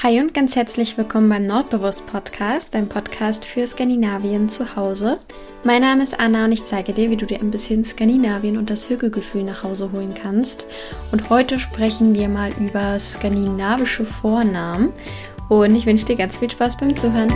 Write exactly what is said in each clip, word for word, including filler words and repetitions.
Hi und ganz herzlich willkommen beim Nordbewusst Podcast, dein Podcast für Skandinavien zu Hause. Mein Name ist Anna und ich zeige dir, wie du dir ein bisschen Skandinavien und das Hügelgefühl nach Hause holen kannst. Und heute sprechen wir mal über skandinavische Vornamen und ich wünsche dir ganz viel Spaß beim Zuhören.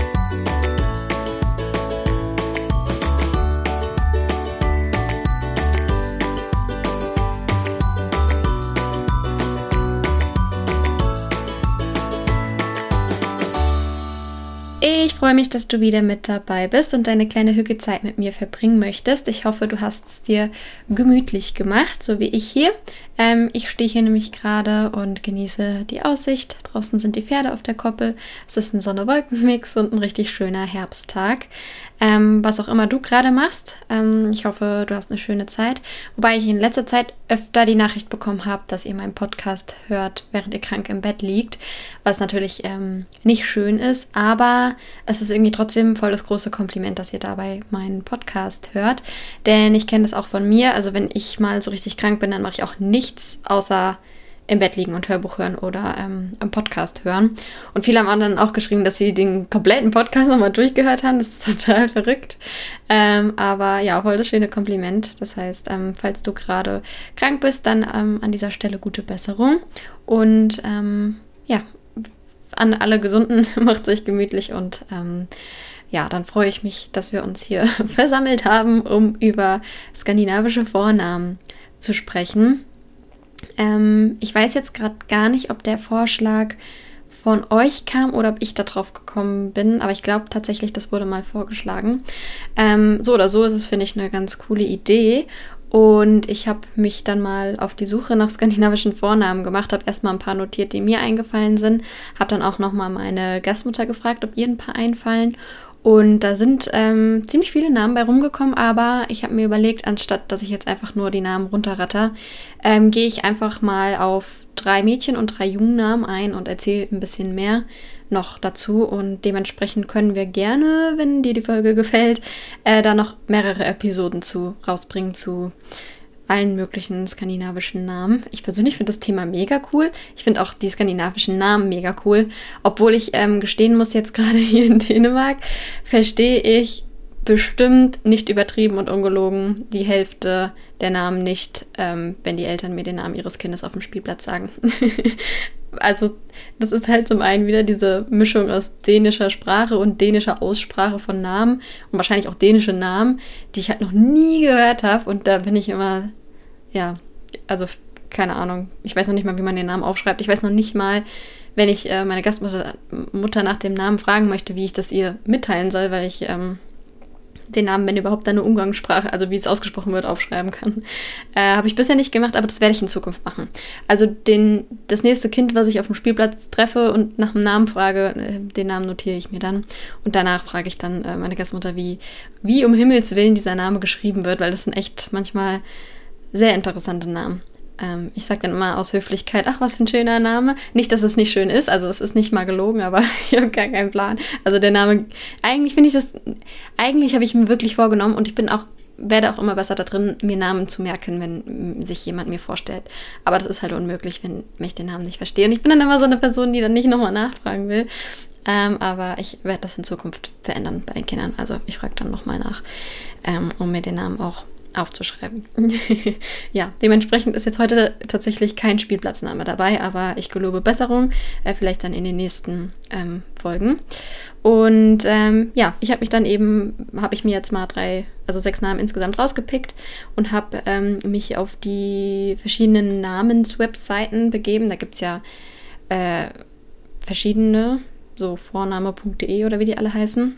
Ich freue mich, dass du wieder mit dabei bist und deine kleine Hügelzeit mit mir verbringen möchtest. Ich hoffe, du hast es dir gemütlich gemacht, so wie ich hier. Ähm, ich stehe hier nämlich gerade und genieße die Aussicht. Draußen sind die Pferde auf der Koppel. Es ist ein Sonne-Wolken-Mix und ein richtig schöner Herbsttag. Ähm, was auch immer du gerade machst. Ähm, ich hoffe, du hast eine schöne Zeit. Wobei ich in letzter Zeit öfter die Nachricht bekommen habe, dass ihr meinen Podcast hört, während ihr krank im Bett liegt. Was natürlich ähm, nicht schön ist, aber es ist irgendwie trotzdem voll das große Kompliment, dass ihr dabei meinen Podcast hört. Denn ich kenne das auch von mir. Also wenn ich mal so richtig krank bin, dann mache ich auch nichts außer im Bett liegen und Hörbuch hören oder ähm, am Podcast hören. Und viele haben dann auch geschrieben, dass sie den kompletten Podcast nochmal durchgehört haben. Das ist total verrückt. Ähm, aber ja, voll das schöne Kompliment. Das heißt, ähm, falls du gerade krank bist, dann ähm, an dieser Stelle gute Besserung. Und ähm, ja, an alle Gesunden, macht sich gemütlich und ähm, ja, dann freue ich mich, dass wir uns hier versammelt haben, um über skandinavische Vornamen zu sprechen. Ähm, ich weiß jetzt gerade gar nicht, ob der Vorschlag von euch kam oder ob ich da drauf gekommen bin, aber ich glaube tatsächlich, das wurde mal vorgeschlagen. Ähm, so oder so ist es, finde ich, eine ganz coole Idee. Und ich habe mich dann mal auf die Suche nach skandinavischen Vornamen gemacht, habe erstmal ein paar notiert, die mir eingefallen sind, habe dann auch nochmal meine Gastmutter gefragt, ob ihr ein paar einfallen. Und da sind ähm, ziemlich viele Namen bei rumgekommen, aber ich habe mir überlegt, anstatt dass ich jetzt einfach nur die Namen runterratter, ähm, gehe ich einfach mal auf drei Mädchen- und drei Jungennamen ein und erzähle ein bisschen mehr noch dazu. Und dementsprechend können wir gerne, wenn dir die Folge gefällt, äh, da noch mehrere Episoden zu rausbringen zu allen möglichen skandinavischen Namen. Ich persönlich finde das Thema mega cool. Ich finde auch die skandinavischen Namen mega cool. Obwohl ich ähm, gestehen muss, jetzt gerade hier in Dänemark, verstehe ich bestimmt nicht übertrieben und ungelogen die Hälfte der Namen nicht, ähm, wenn die Eltern mir den Namen ihres Kindes auf dem Spielplatz sagen. Also das ist halt zum einen wieder diese Mischung aus dänischer Sprache und dänischer Aussprache von Namen und wahrscheinlich auch dänische Namen, die ich halt noch nie gehört habe. Und da bin ich immer, ja, also keine Ahnung, ich weiß noch nicht mal, wie man den Namen aufschreibt. Ich weiß noch nicht mal, wenn ich äh, meine Gastmutter Mutter nach dem Namen fragen möchte, wie ich das ihr mitteilen soll, weil ich ähm, den Namen, wenn überhaupt, eine Umgangssprache, also wie es ausgesprochen wird, aufschreiben kann. Äh, habe ich bisher nicht gemacht, aber das werde ich in Zukunft machen. Also den, das nächste Kind, was ich auf dem Spielplatz treffe und nach dem Namen frage, äh, den Namen notiere ich mir dann. Und danach frage ich dann äh, meine Gastmutter, wie, wie um Himmels Willen dieser Name geschrieben wird, weil das sind echt manchmal sehr interessante Namen. Ähm, ich sage dann immer aus Höflichkeit, ach, was für ein schöner Name. Nicht, dass es nicht schön ist, also es ist nicht mal gelogen, aber ich habe gar keinen Plan. Also der Name, eigentlich finde ich das, eigentlich habe ich mir wirklich vorgenommen und ich bin auch, werde auch immer besser da drin, mir Namen zu merken, wenn sich jemand mir vorstellt. Aber das ist halt unmöglich, wenn ich den Namen nicht verstehe. Und ich bin dann immer so eine Person, die dann nicht nochmal nachfragen will. Ähm, aber ich werde das in Zukunft verändern bei den Kindern. Also ich frage dann nochmal nach, ähm, um mir den Namen auch aufzuschreiben. Ja, dementsprechend ist jetzt heute tatsächlich kein Spielplatzname dabei, aber ich gelobe Besserung, äh, vielleicht dann in den nächsten ähm, Folgen. Und ähm, ja, ich habe mich dann eben, habe ich mir jetzt mal drei, also sechs Namen insgesamt rausgepickt und habe ähm, mich auf die verschiedenen Namenswebseiten begeben. Da gibt es ja äh, verschiedene, so vorname punkt de oder wie die alle heißen.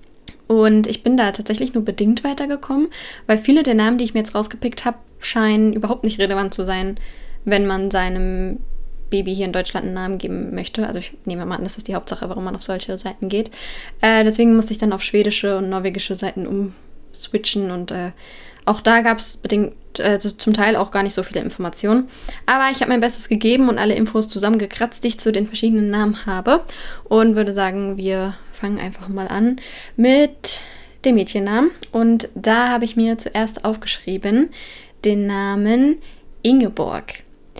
Und ich bin da tatsächlich nur bedingt weitergekommen, weil viele der Namen, die ich mir jetzt rausgepickt habe, scheinen überhaupt nicht relevant zu sein, wenn man seinem Baby hier in Deutschland einen Namen geben möchte. Also ich nehme mal an, das ist die Hauptsache, warum man auf solche Seiten geht. Äh, deswegen musste ich dann auf schwedische und norwegische Seiten umswitchen und äh, auch da gab es bedingt, also zum Teil auch gar nicht so viele Informationen. Aber ich habe mein Bestes gegeben und alle Infos zusammengekratzt, die ich zu den verschiedenen Namen habe. Und würde sagen, wir fangen einfach mal an mit dem Mädchennamen. Und da habe ich mir zuerst aufgeschrieben den Namen Ingeborg.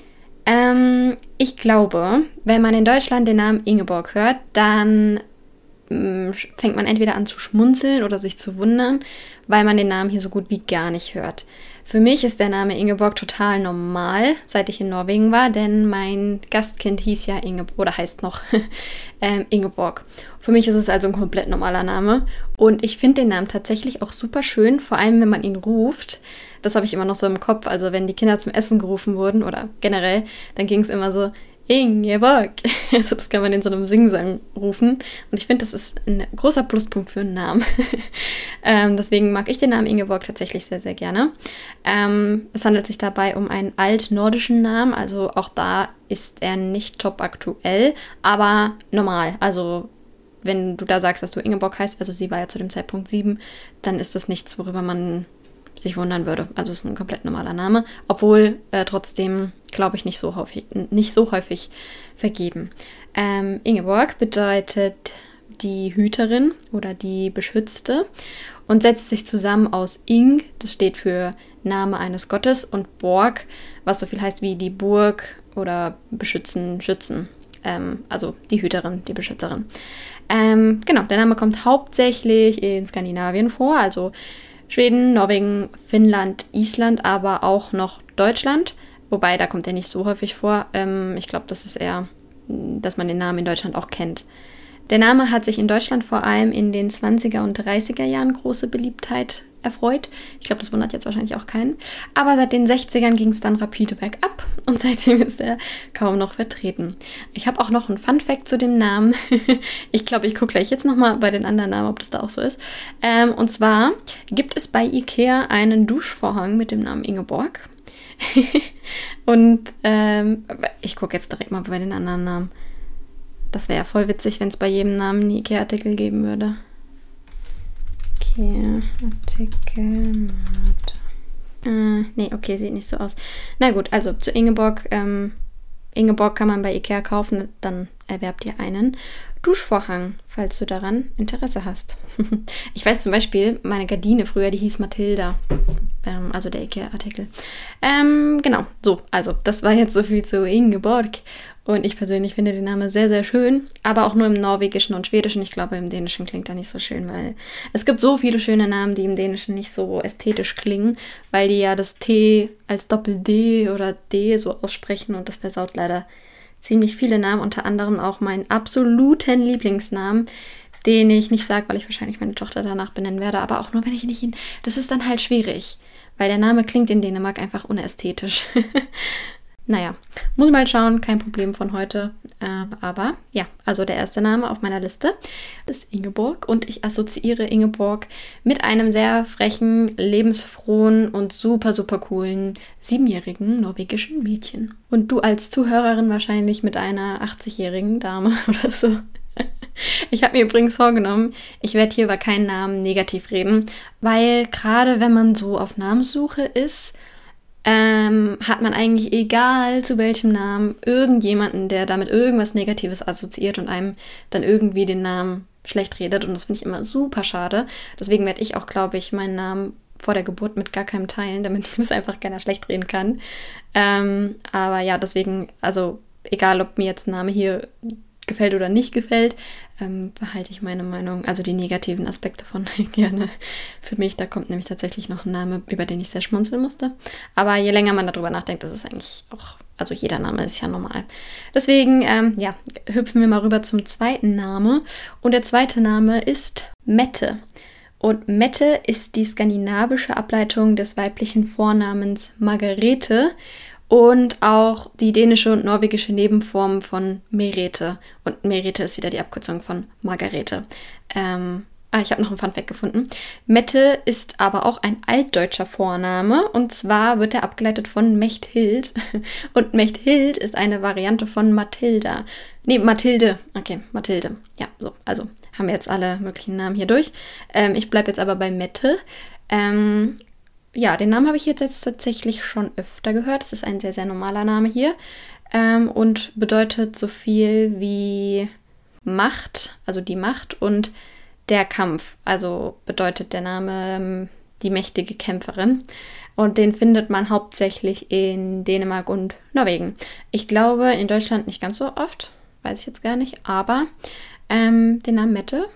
Ähm, ich glaube, wenn man in Deutschland den Namen Ingeborg hört, dann mh, fängt man entweder an zu schmunzeln oder sich zu wundern, weil man den Namen hier so gut wie gar nicht hört. Für mich ist der Name Ingeborg total normal, seit ich in Norwegen war, denn mein Gastkind hieß ja Ingeborg, oder heißt noch ähm, Ingeborg. Für mich ist es also ein komplett normaler Name und ich finde den Namen tatsächlich auch super schön, vor allem wenn man ihn ruft. Das habe ich immer noch so im Kopf, also wenn die Kinder zum Essen gerufen wurden oder generell, dann ging es immer so, Ingeborg. Also das kann man in so einem Singsang rufen. Und ich finde, das ist ein großer Pluspunkt für einen Namen. ähm, deswegen mag ich den Namen Ingeborg tatsächlich sehr, sehr gerne. Ähm, es handelt sich dabei um einen altnordischen Namen. Also auch da ist er nicht top aktuell, aber normal. Also wenn du da sagst, dass du Ingeborg heißt, also sie war ja zu dem Zeitpunkt sieben, dann ist das nichts, worüber man sich wundern würde. Also es ist ein komplett normaler Name, obwohl äh, trotzdem, glaube ich, nicht so häufig, nicht so häufig vergeben. Ähm, Ingeborg bedeutet die Hüterin oder die Beschützte und setzt sich zusammen aus Ing, das steht für Name eines Gottes, und Borg, was so viel heißt wie die Burg oder beschützen, schützen. Ähm, also die Hüterin, die Beschützerin. Ähm, genau, der Name kommt hauptsächlich in Skandinavien vor, also Schweden, Norwegen, Finnland, Island, aber auch noch Deutschland. Wobei, da kommt er nicht so häufig vor. Ähm, ich glaube, das ist eher, dass man den Namen in Deutschland auch kennt. Der Name hat sich in Deutschland vor allem in den zwanziger und dreißiger Jahren große Beliebtheit erfreut. Ich glaube, das wundert jetzt wahrscheinlich auch keinen. Aber seit den sechzigern ging es dann rapide bergab und seitdem ist er kaum noch vertreten. Ich habe auch noch einen Fun-Fact zu dem Namen. Ich glaube, ich gucke gleich jetzt nochmal bei den anderen Namen, ob das da auch so ist. Ähm, und zwar gibt es bei Ikea einen Duschvorhang mit dem Namen Ingeborg. Und ähm, ich gucke jetzt direkt mal bei den anderen Namen. Das wäre ja voll witzig, wenn es bei jedem Namen einen Ikea-Artikel geben würde. Ikea-Artikel. Äh, nee, okay, sieht nicht so aus. Na gut, also zu Ingeborg. Ähm, Ingeborg kann man bei Ikea kaufen, dann erwerbt ihr einen Duschvorhang, falls du daran Interesse hast. Ich weiß zum Beispiel, meine Gardine früher, die hieß Mathilda. Ähm, also der Ikea-Artikel. Ähm, genau, so, also das war jetzt so viel zu Ingeborg. Und ich persönlich finde den Namen sehr, sehr schön, aber auch nur im Norwegischen und Schwedischen. Ich glaube, im Dänischen klingt er nicht so schön, weil es gibt so viele schöne Namen, die im Dänischen nicht so ästhetisch klingen, weil die ja das T als Doppel-D oder D so aussprechen und das versaut leider ziemlich viele Namen, unter anderem auch meinen absoluten Lieblingsnamen, den ich nicht sage, weil ich wahrscheinlich meine Tochter danach benennen werde, aber auch nur, wenn ich nicht ihn... Das ist dann halt schwierig, weil der Name klingt in Dänemark einfach unästhetisch. Naja, muss mal schauen, kein Problem von heute. Äh, aber ja, also der erste Name auf meiner Liste ist Ingeborg und ich assoziiere Ingeborg mit einem sehr frechen, lebensfrohen und super, super coolen siebenjährigen norwegischen Mädchen. Und du als Zuhörerin wahrscheinlich mit einer achtzigjährigen Dame oder so. Ich habe mir übrigens vorgenommen, ich werde hier über keinen Namen negativ reden, weil gerade wenn man so auf Namenssuche ist, Ähm, hat man eigentlich, egal zu welchem Namen, irgendjemanden, der damit irgendwas Negatives assoziiert und einem dann irgendwie den Namen schlecht redet. Und das finde ich immer super schade. Deswegen werde ich auch, glaube ich, meinen Namen vor der Geburt mit gar keinem teilen, damit es einfach keiner schlecht reden kann. Ähm, aber ja, deswegen, also egal, ob mir jetzt ein Name hier gefällt oder nicht gefällt, ähm, behalte ich meine Meinung, also die negativen Aspekte von gerne für mich. Da kommt nämlich tatsächlich noch ein Name, über den ich sehr schmunzeln musste. Aber je länger man darüber nachdenkt, das ist eigentlich auch, also jeder Name ist ja normal. Deswegen, ähm, ja, hüpfen wir mal rüber zum zweiten Name. Und der zweite Name ist Mette. Und Mette ist die skandinavische Ableitung des weiblichen Vornamens Margarete und auch die dänische und norwegische Nebenform von Merete. Und Merete ist wieder die Abkürzung von Margarete. Ähm, ah, ich habe noch einen Funfact gefunden. Mette ist aber auch ein altdeutscher Vorname. Und zwar wird er abgeleitet von Mechthild. Und Mechthild ist eine Variante von Mathilda. Nee, Mathilde. Okay, Mathilde. Ja, so. Also haben wir jetzt alle möglichen Namen hier durch. Ähm, ich bleibe jetzt aber bei Mette. Ähm... Ja, den Namen habe ich jetzt, jetzt tatsächlich schon öfter gehört. Es ist ein sehr, sehr normaler Name hier ähm, und bedeutet so viel wie Macht, also die Macht und der Kampf. Also bedeutet der Name ähm, die mächtige Kämpferin. Und den findet man hauptsächlich in Dänemark und Norwegen. Ich glaube, in Deutschland nicht ganz so oft, weiß ich jetzt gar nicht, aber ähm, den Namen Mette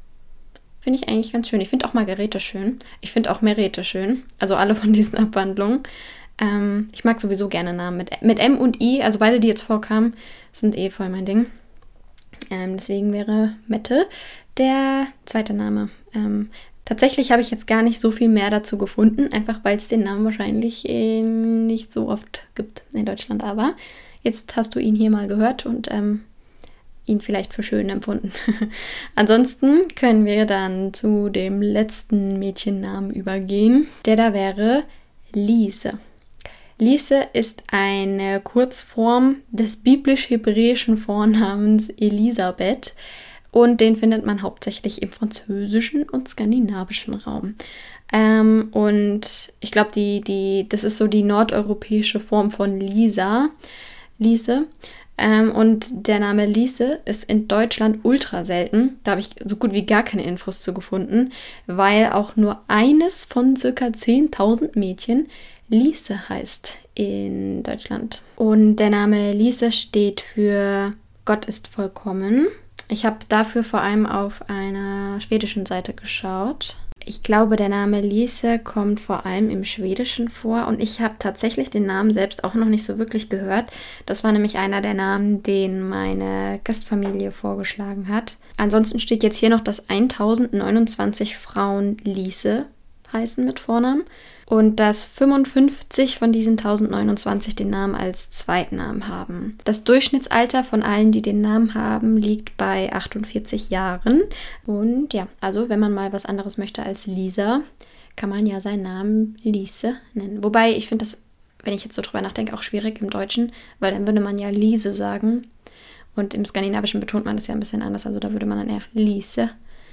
finde ich eigentlich ganz schön. Ich finde auch Margarete schön. Ich finde auch Merete schön. Also alle von diesen Abwandlungen. Ähm, ich mag sowieso gerne Namen mit, mit M und I. Also beide, die jetzt vorkamen, sind eh voll mein Ding. Ähm, deswegen wäre Mette der zweite Name. Ähm, tatsächlich habe ich jetzt gar nicht so viel mehr dazu gefunden. Einfach weil es den Namen wahrscheinlich äh, nicht so oft gibt in Deutschland. Aber jetzt hast du ihn hier mal gehört und ähm, ihn vielleicht für schön empfunden. Ansonsten können wir dann zu dem letzten Mädchennamen übergehen. Der da wäre Lise. Lise ist eine Kurzform des biblisch-hebräischen Vornamens Elisabeth und den findet man hauptsächlich im französischen und skandinavischen Raum. Ähm, und ich glaube, die, die, das ist so die nordeuropäische Form von Lisa, Lise. Ähm, und der Name Lise ist in Deutschland ultra selten. Da habe ich so gut wie gar keine Infos zu gefunden, weil auch nur eines von circa zehntausend Mädchen Lise heißt in Deutschland. Und der Name Lise steht für Gott ist vollkommen. Ich habe dafür vor allem auf einer schwedischen Seite geschaut. Ich glaube, der Name Lise kommt vor allem im Schwedischen vor und ich habe tatsächlich den Namen selbst auch noch nicht so wirklich gehört. Das war nämlich einer der Namen, den meine Gastfamilie vorgeschlagen hat. Ansonsten steht jetzt hier noch, dass tausendneunundzwanzig Frauen Lise heißen mit Vornamen und dass fünfundfünfzig von diesen tausendneunundzwanzig den Namen als Zweitnamen haben. Das Durchschnittsalter von allen, die den Namen haben, liegt bei achtundvierzig Jahren. Und ja, also wenn man mal was anderes möchte als Lisa, kann man ja seinen Namen Lise nennen. Wobei, ich finde das, wenn ich jetzt so drüber nachdenke, auch schwierig im Deutschen, weil dann würde man ja Lise sagen. Und im Skandinavischen betont man das ja ein bisschen anders, also da würde man dann eher Lise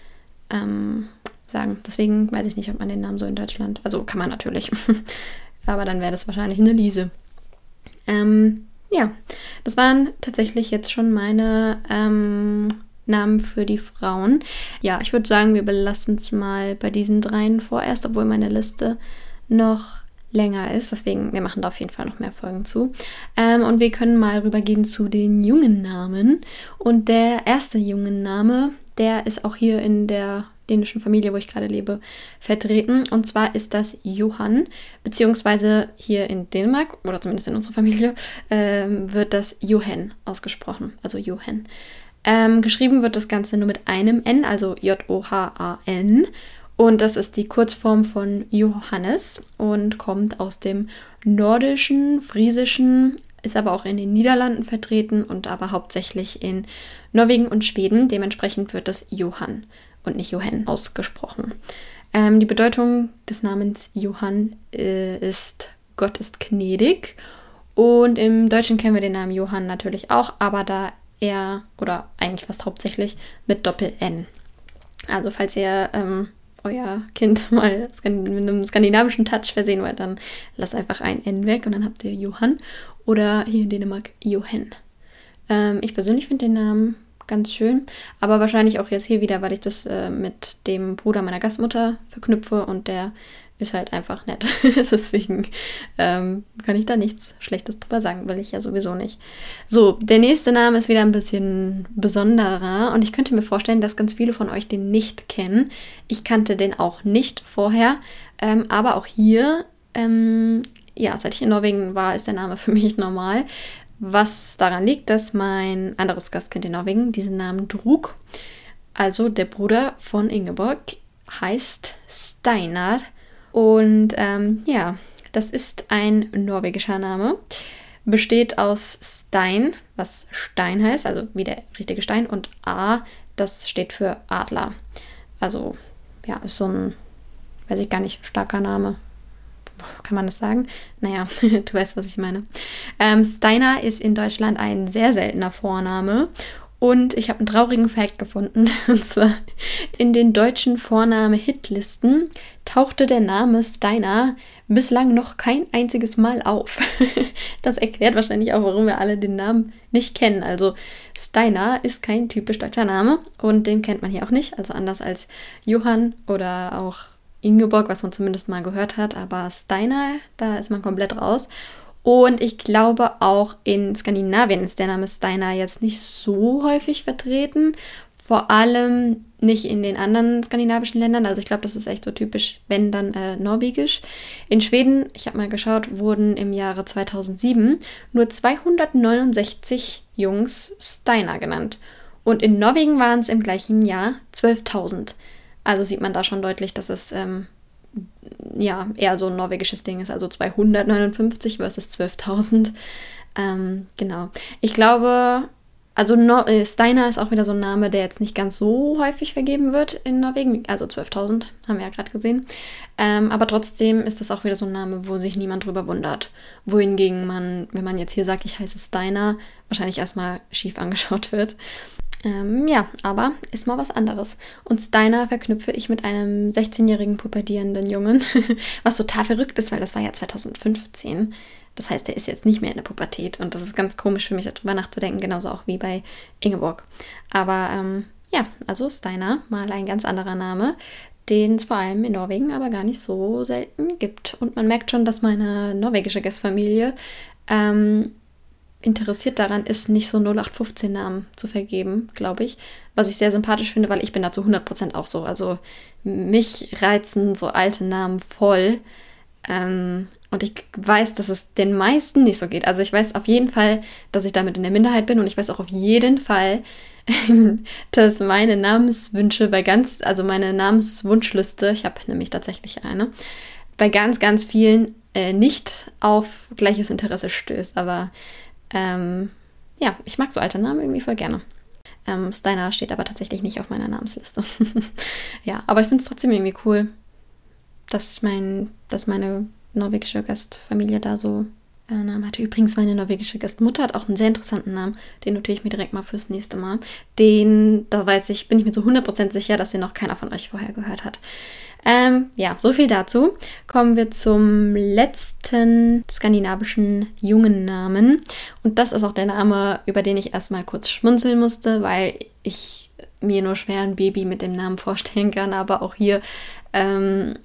ähm, sagen. Deswegen weiß ich nicht, ob man den Namen so in Deutschland, also kann man natürlich, aber dann wäre das wahrscheinlich eine Lise. Ähm, ja, das waren tatsächlich jetzt schon meine ähm, Namen für die Frauen. Ja, ich würde sagen, wir belassen es mal bei diesen dreien vorerst, obwohl meine Liste noch länger ist. Deswegen, wir machen da auf jeden Fall noch mehr Folgen zu. Ähm, und wir können mal rübergehen zu den jungen Namen. Und der erste Jungenname, der ist auch hier in der dänischen Familie, wo ich gerade lebe, vertreten. Und zwar ist das Johann, beziehungsweise hier in Dänemark, oder zumindest in unserer Familie, ähm, wird das Johan ausgesprochen. Also Johan. Ähm, geschrieben wird das Ganze nur mit einem N, also J O H A N. Und das ist die Kurzform von Johannes und kommt aus dem Nordischen, Friesischen, ist aber auch in den Niederlanden vertreten und aber hauptsächlich in Norwegen und Schweden. Dementsprechend wird das Johann und nicht Johann ausgesprochen. Ähm, die Bedeutung des Namens Johann äh, ist Gott ist gnädig. Und im Deutschen kennen wir den Namen Johann natürlich auch, aber da eher, oder eigentlich fast hauptsächlich, mit Doppel-N. Also falls ihr ähm, euer Kind mal mit einem skandinavischen Touch versehen wollt, dann lasst einfach ein N weg und dann habt ihr Johann oder hier in Dänemark Johan. Ähm, ich persönlich finde den Namen ganz schön, aber wahrscheinlich auch jetzt hier wieder, weil ich das äh, mit dem Bruder meiner Gastmutter verknüpfe und der ist halt einfach nett. Deswegen ähm, kann ich da nichts Schlechtes drüber sagen, will ich ja sowieso nicht. So, der nächste Name ist wieder ein bisschen besonderer und ich könnte mir vorstellen, dass ganz viele von euch den nicht kennen. Ich kannte den auch nicht vorher, ähm, aber auch hier, ähm, ja, seit ich in Norwegen war, ist der Name für mich normal. Was daran liegt, dass mein anderes Gastkind in Norwegen diesen Namen trug. Also der Bruder von Ingeborg heißt Steinar. Und ähm, ja, das ist ein norwegischer Name. Besteht aus Stein, was Stein heißt, also wie der richtige Stein. Und A, das steht für Adler. Also ja, ist so ein, weiß ich gar nicht, starker Name. Kann man das sagen? Naja, du weißt, was ich meine. Ähm, Steinar ist in Deutschland ein sehr seltener Vorname. Und ich habe einen traurigen Fact gefunden. Und zwar in den deutschen Vorname-Hitlisten tauchte der Name Steinar bislang noch kein einziges Mal auf. Das erklärt wahrscheinlich auch, warum wir alle den Namen nicht kennen. Also Steinar ist kein typisch deutscher Name und den kennt man hier auch nicht. Also anders als Johann oder auch Ingeborg, was man zumindest mal gehört hat, aber Steinar, da ist man komplett raus. Und ich glaube auch in Skandinavien ist der Name Steinar jetzt nicht so häufig vertreten. Vor allem nicht in den anderen skandinavischen Ländern. Also ich glaube, das ist echt so typisch, wenn dann äh, norwegisch. In Schweden, ich habe mal geschaut, wurden im Jahre zweitausendsieben nur zweihundertneunundsechzig Jungs Steinar genannt. Und in Norwegen waren es im gleichen Jahr zwölftausend. Also sieht man da schon deutlich, dass es ähm, ja eher so ein norwegisches Ding ist. Also zweihundertneunundfünfzig versus zwölftausend. Ähm, genau. Ich glaube... Also no- äh, Steinar ist auch wieder so ein Name, der jetzt nicht ganz so häufig vergeben wird in Norwegen. Also zwölftausend, haben wir ja gerade gesehen. Ähm, aber trotzdem ist das auch wieder so ein Name, wo sich niemand drüber wundert. Wohingegen man, wenn man jetzt hier sagt, ich heiße Steinar, wahrscheinlich erstmal schief angeschaut wird. Ähm, ja, aber ist mal was anderes. Und Steinar verknüpfe ich mit einem sechzehnjährigen pubertierenden Jungen, was total verrückt ist, weil das war ja zweitausendfünfzehn. Das heißt, er ist jetzt nicht mehr in der Pubertät und das ist ganz komisch für mich, darüber nachzudenken, genauso auch wie bei Ingeborg. Aber ähm, ja, also Steinar, mal ein ganz anderer Name, den es vor allem in Norwegen aber gar nicht so selten gibt. Und man merkt schon, dass meine norwegische Gastfamilie ähm, interessiert daran ist, nicht so null acht fünfzehn Namen zu vergeben, glaube ich. Was ich sehr sympathisch finde, weil ich bin dazu hundert Prozent auch so. Also mich reizen so alte Namen voll. Ähm, und ich weiß, dass es den meisten nicht so geht. Also ich weiß auf jeden Fall, dass ich damit in der Minderheit bin und ich weiß auch auf jeden Fall, dass meine Namenswünsche bei ganz, also meine Namenswunschliste, ich habe nämlich tatsächlich eine, bei ganz, ganz vielen äh, nicht auf gleiches Interesse stößt. Aber ähm, ja, ich mag so alte Namen irgendwie voll gerne. Ähm, Steinar steht aber tatsächlich nicht auf meiner Namensliste. Ja, aber ich finde es trotzdem irgendwie cool, dass, mein, dass meine norwegische Gastfamilie da so äh, Namen hatte. Übrigens, meine norwegische Gastmutter hat auch einen sehr interessanten Namen. Den notiere ich mir direkt mal fürs nächste Mal. Den, da weiß ich, bin ich mir zu hundert Prozent sicher, dass den noch keiner von euch vorher gehört hat. Ähm, ja, so viel dazu. Kommen wir zum letzten skandinavischen jungen Namen. Und das ist auch der Name, über den ich erstmal kurz schmunzeln musste, weil ich mir nur schwer ein Baby mit dem Namen vorstellen kann. Aber auch hier ähm,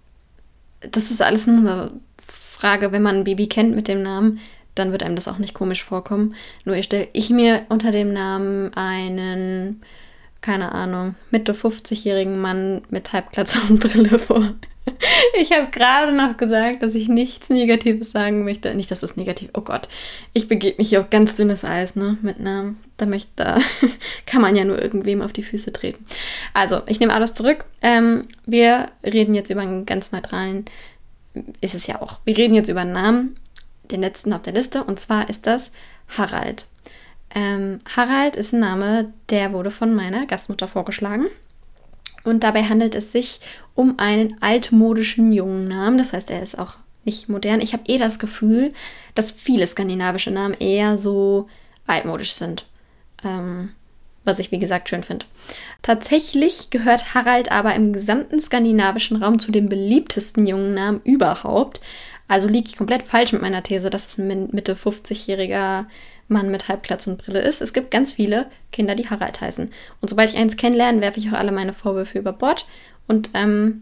das ist alles nur eine Frage, wenn man ein Baby kennt mit dem Namen, dann wird einem das auch nicht komisch vorkommen. Nur stelle ich mir unter dem Namen einen, keine Ahnung, Mitte fünfzigjährigen Mann mit Halbglatze und Brille vor. Ich habe gerade noch gesagt, dass ich nichts Negatives sagen möchte. Nicht, dass das negativ, oh Gott, ich begebe mich hier auf ganz dünnes Eis, ne, mit Namen. Da, möchte, da kann man ja nur irgendwem auf die Füße treten. Also, ich nehme alles zurück. Ähm, wir reden jetzt über einen ganz neutralen, ist es ja auch, wir reden jetzt über einen Namen, den letzten auf der Liste, und zwar ist das Harald. Ähm, Harald ist ein Name, der wurde von meiner Gastmutter vorgeschlagen. Und dabei handelt es sich um einen altmodischen jungen Namen. Das heißt, er ist auch nicht modern. Ich habe eh das Gefühl, dass viele skandinavische Namen eher so altmodisch sind. Ähm, was ich, wie gesagt, schön finde. Tatsächlich gehört Harald aber im gesamten skandinavischen Raum zu den beliebtesten jungen Namen überhaupt. Also liege ich komplett falsch mit meiner These, dass es ein Mitte fünfzigjähriger Mann mit Halbglatze und Brille ist. Es gibt ganz viele Kinder, die Harald heißen. Und sobald ich eins kennenlerne, werfe ich auch alle meine Vorwürfe über Bord. Und ähm,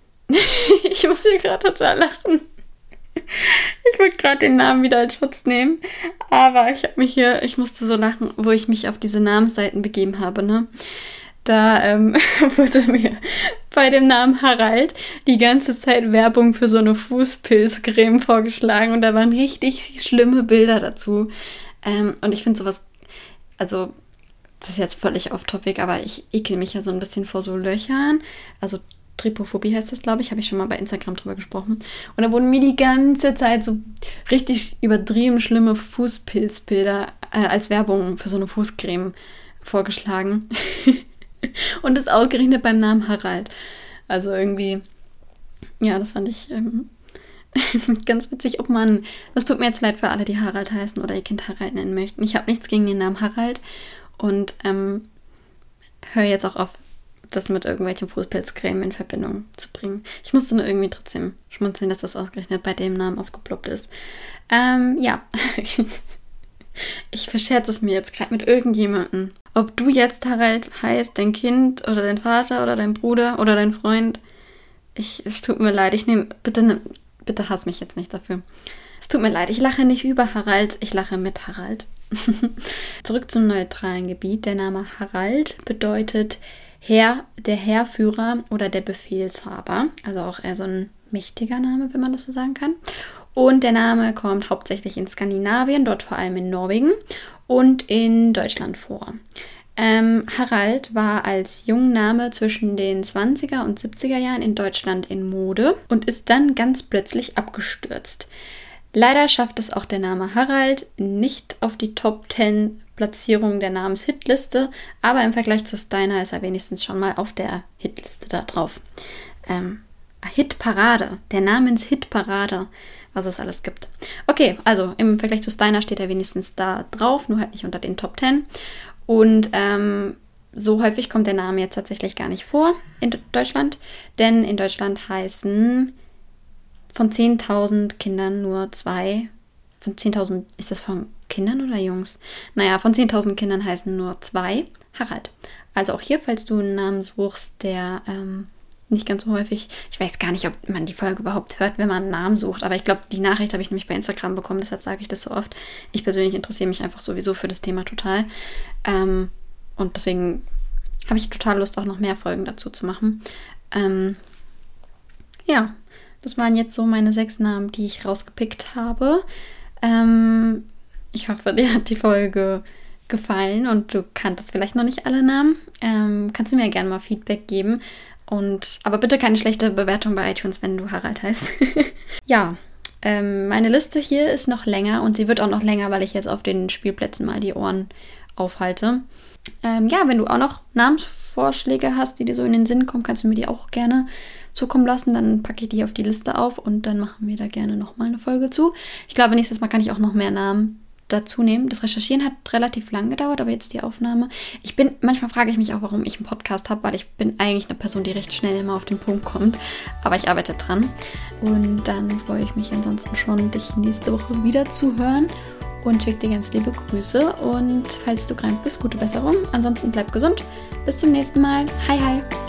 ich muss hier gerade total lachen. Ich wollte gerade den Namen wieder als Schutz nehmen, aber ich habe mich hier, ich musste so lachen, wo ich mich auf diese Namensseiten begeben habe, ne? Da ähm, wurde mir bei dem Namen Harald die ganze Zeit Werbung für so eine Fußpilzcreme vorgeschlagen und da waren richtig schlimme Bilder dazu. Ähm, und ich finde sowas, also das ist jetzt völlig off-topic, aber ich ekel mich ja so ein bisschen vor so Löchern. Also Trypophobie heißt das, glaube ich, habe ich schon mal bei Instagram drüber gesprochen. Und da wurden mir die ganze Zeit so richtig übertrieben schlimme Fußpilzbilder äh, als Werbung für so eine Fußcreme vorgeschlagen. Und das ausgerechnet beim Namen Harald. Also irgendwie, ja, das fand ich ähm, ganz witzig. Oh Mann, das tut mir jetzt leid für alle, die Harald heißen oder ihr Kind Harald nennen möchten. Ich habe nichts gegen den Namen Harald und ähm, höre jetzt auch auf, das mit irgendwelchen Fußpilzcreme in Verbindung zu bringen. Ich musste nur irgendwie trotzdem schmunzeln, dass das ausgerechnet bei dem Namen aufgeploppt ist. Ähm, ja. Ich verscherze es mir jetzt gerade mit irgendjemandem. Ob du jetzt Harald heißt, dein Kind oder dein Vater oder dein Bruder oder dein Freund, Ich, es tut mir leid, ich nehme, bitte, ne, bitte hass mich jetzt nicht dafür. Es tut mir leid, ich lache nicht über Harald, ich lache mit Harald. Zurück zum neutralen Gebiet. Der Name Harald bedeutet Herr, der Heerführer oder der Befehlshaber. Also auch eher so ein mächtiger Name, wenn man das so sagen kann. Und der Name kommt hauptsächlich in Skandinavien, dort vor allem in Norwegen und in Deutschland vor. Ähm, Harald war als Jungname zwischen den zwanziger und siebziger Jahren in Deutschland in Mode und ist dann ganz plötzlich abgestürzt. Leider schafft es auch der Name Harald nicht auf die Top zehn Platzierung der Namenshitliste, aber im Vergleich zu Steiner ist er wenigstens schon mal auf der Hitliste da drauf. Ähm, Hitparade, der Namens-Hitparade, was es alles gibt. Okay, also im Vergleich zu Steiner steht er wenigstens da drauf, nur halt nicht unter den Top zehn. Und ähm, so häufig kommt der Name jetzt tatsächlich gar nicht vor in Deutschland, denn in Deutschland heißen von zehntausend Kindern nur zwei, von zehntausend, ist das von Kindern oder Jungs? Naja, von zehntausend Kindern heißen nur zwei Harald. Also auch hier, falls du einen Namen suchst, der ähm, nicht ganz so häufig, ich weiß gar nicht, ob man die Folge überhaupt hört, wenn man einen Namen sucht, aber ich glaube, die Nachricht habe ich nämlich bei Instagram bekommen, deshalb sage ich das so oft. Ich persönlich interessiere mich einfach sowieso für das Thema total. Ähm, und deswegen habe ich total Lust, auch noch mehr Folgen dazu zu machen. Ähm, ja, das waren jetzt so meine sechs Namen, die ich rausgepickt habe. Ähm, ich hoffe, dir hat die Folge gefallen und du kanntest vielleicht noch nicht alle Namen. Ähm, kannst du mir gerne mal Feedback geben. Und, aber bitte keine schlechte Bewertung bei iTunes, wenn du Harald heißt. Ja, ähm, meine Liste hier ist noch länger und sie wird auch noch länger, weil ich jetzt auf den Spielplätzen mal die Ohren aufhalte. Ähm, ja, wenn du auch noch Namensvorschläge hast, die dir so in den Sinn kommen, kannst du mir die auch gerne zukommen lassen. Dann packe ich die auf die Liste auf und dann machen wir da gerne nochmal eine Folge zu. Ich glaube, nächstes Mal kann ich auch noch mehr Namen dazu nehmen. Das Recherchieren hat relativ lang gedauert, aber jetzt die Aufnahme. Ich bin, manchmal frage ich mich auch, warum ich einen Podcast habe, weil ich bin eigentlich eine Person, die recht schnell immer auf den Punkt kommt. Aber ich arbeite dran. Und dann freue ich mich ansonsten schon, dich nächste Woche wieder zu hören und schicke dir ganz liebe Grüße. Und falls du krank bist, gute Besserung. Ansonsten bleib gesund. Bis zum nächsten Mal. Hi, hi.